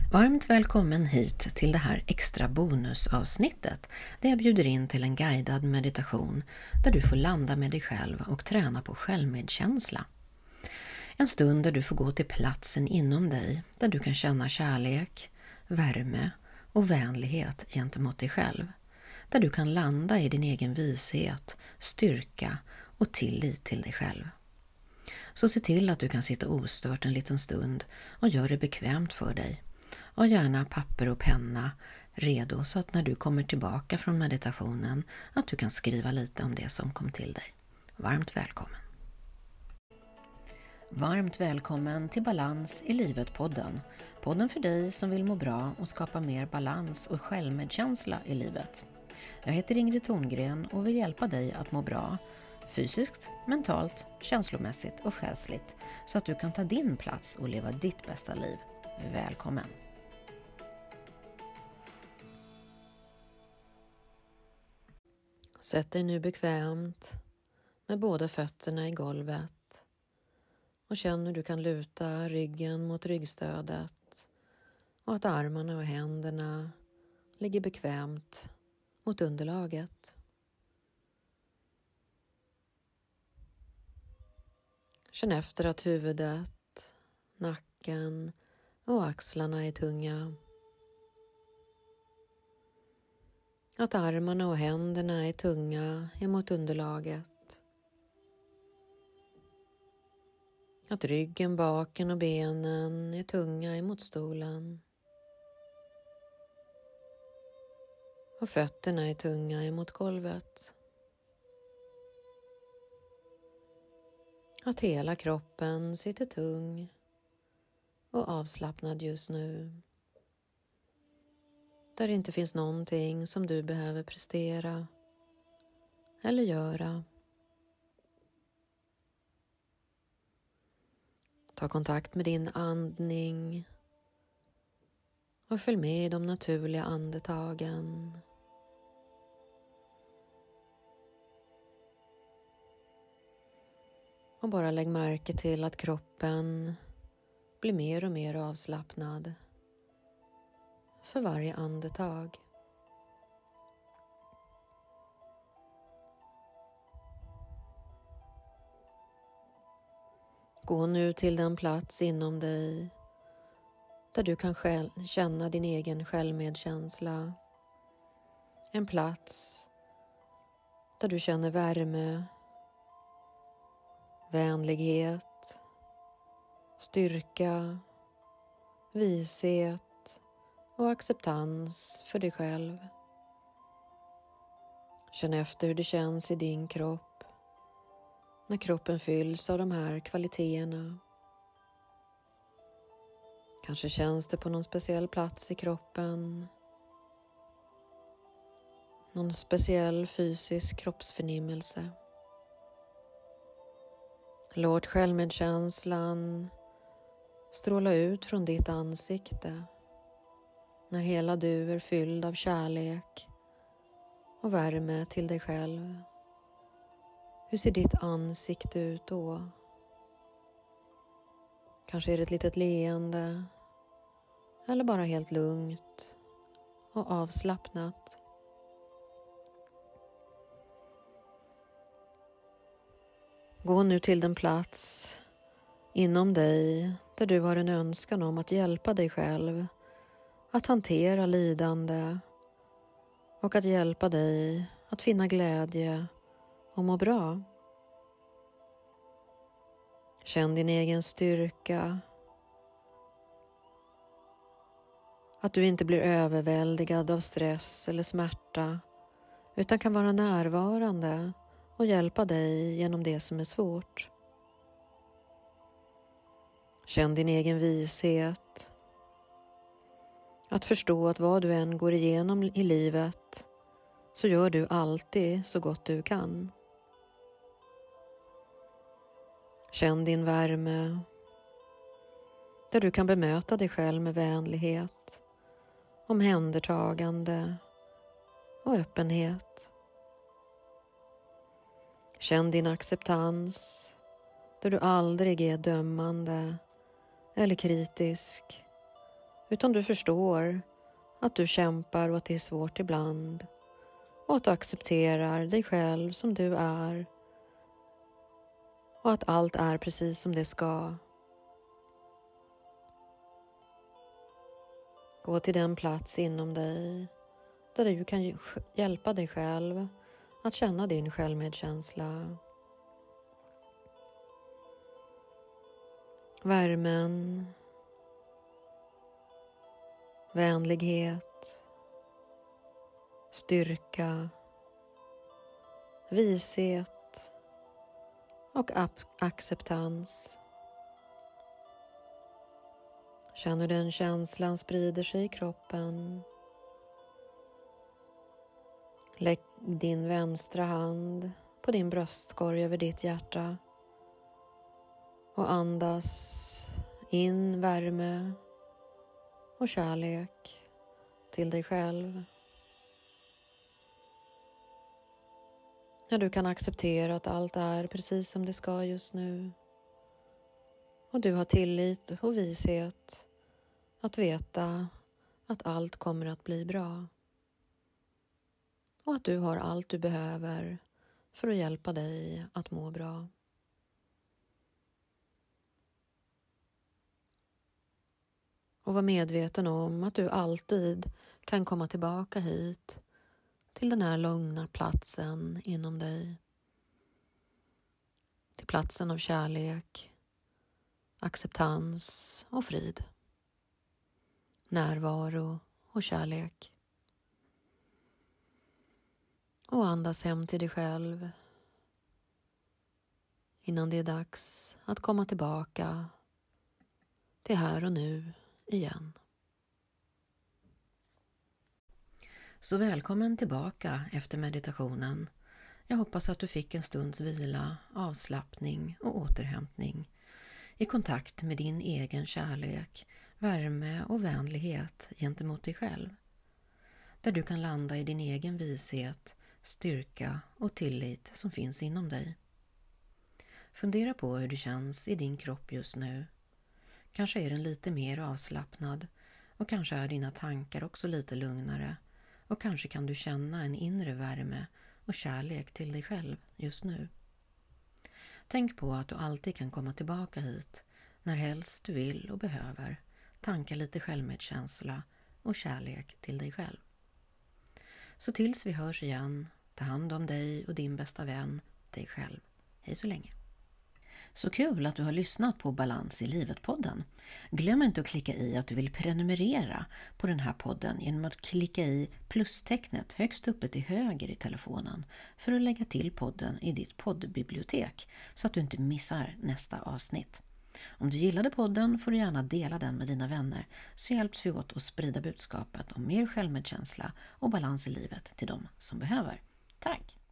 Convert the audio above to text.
Varmt välkommen hit till det här extra bonusavsnittet där jag bjuder in till en guidad meditation där du får landa med dig själv och träna på självmedkänsla. En stund där du får gå till platsen inom dig där du kan känna kärlek, värme och vänlighet gentemot dig själv. Där du kan landa i din egen vishet, styrka och tillit till dig själv. Så se till att du kan sitta ostört en liten stund och gör det bekvämt för dig. Och gärna papper och penna redo så att när du kommer tillbaka från meditationen att du kan skriva lite om det som kom till dig. Varmt välkommen! Varmt välkommen till Balans i livet-podden. Podden för dig som vill må bra och skapa mer balans och självmedkänsla i livet. Jag heter Ingrid Thorngren och vill hjälpa dig att må bra fysiskt, mentalt, känslomässigt och själsligt så att du kan ta din plats och leva ditt bästa liv. Välkommen! Sätt dig nu bekvämt med båda fötterna i golvet och känn hur du kan luta ryggen mot ryggstödet och att armarna och händerna ligger bekvämt mot underlaget. Känn efter att huvudet, nacken och axlarna är tunga. Att armarna och händerna är tunga emot underlaget. Att ryggen, baken och benen är tunga emot stolen. Och fötterna är tunga emot golvet. Att hela kroppen sitter tung och avslappnad just nu. Där det inte finns någonting som du behöver prestera eller göra. Ta kontakt med din andning och följ med i de naturliga andetagen. Och bara lägg märke till att kroppen blir mer och mer avslappnad för varje andetag. Gå nu till den plats inom dig där du kan känna din egen självmedkänsla. En plats där du känner värme, vänlighet, styrka, vishet och acceptans för dig själv. Känn efter hur det känns i din kropp när kroppen fylls av de här kvaliteterna. Kanske känns det på någon speciell plats i kroppen. Någon speciell fysisk kroppsförnimmelse. Låt självmedkänslan stråla ut från ditt ansikte när hela du är fylld av kärlek och värme till dig själv. Hur ser ditt ansikte ut då? Kanske är det ett litet leende eller bara helt lugnt och avslappnat. Gå nu till den plats inom dig där du har en önskan om att hjälpa dig själv att hantera lidande och att hjälpa dig att finna glädje och må bra. Känn din egen styrka. Att du inte blir överväldigad av stress eller smärta utan kan vara närvarande och hjälpa dig genom det som är svårt. Känn din egen vishet. Att förstå att vad du än går igenom i livet så gör du alltid så gott du kan. Känn din värme där du kan bemöta dig själv med vänlighet, omhändertagande och öppenhet. Känn din acceptans där du aldrig är dömande eller kritisk utan du förstår att du kämpar och att det är svårt ibland och att du accepterar dig själv som du är och att allt är precis som det ska. Gå till den plats inom dig där du kan hjälpa dig själv att känna din självmedkänsla. Värmen, vänlighet, styrka, vishet och acceptans. Känner den känslan sprider sig i kroppen. Lägg din vänstra hand på din bröstkorg över ditt hjärta och andas in värme och kärlek till dig själv. Ja, du kan acceptera att allt är precis som det ska just nu. Och du har tillit och vishet att veta att allt kommer att bli bra. Och att du har allt du behöver för att hjälpa dig att må bra. Och var medveten om att du alltid kan komma tillbaka hit till den här lugna platsen inom dig. Till platsen av kärlek, acceptans och frid. Närvaro och kärlek. Och andas hem till dig själv innan det är dags att komma tillbaka till här och nu igen. Så välkommen tillbaka efter meditationen. Jag hoppas att du fick en stunds vila, avslappning och återhämtning i kontakt med din egen kärlek, värme och vänlighet gentemot dig själv. Där du kan landa i din egen vishet, styrka och tillit som finns inom dig. Fundera på hur det känns i din kropp just nu. Kanske är den lite mer avslappnad och kanske är dina tankar också lite lugnare och kanske kan du känna en inre värme och kärlek till dig själv just nu. Tänk på att du alltid kan komma tillbaka hit när helst du vill och behöver. Tanka lite självmedkänsla och kärlek till dig själv. Så tills vi hörs igen, ta hand om dig och din bästa vän, dig själv. Hej så länge. Så kul att du har lyssnat på Balans i livet-podden. Glöm inte att klicka i att du vill prenumerera på den här podden genom att klicka i plustecknet högst uppe till höger i telefonen för att lägga till podden i ditt poddbibliotek så att du inte missar nästa avsnitt. Om du gillade podden får du gärna dela den med dina vänner så hjälps vi åt att sprida budskapet om mer självmedkänsla och balans i livet till dem som behöver. Tack!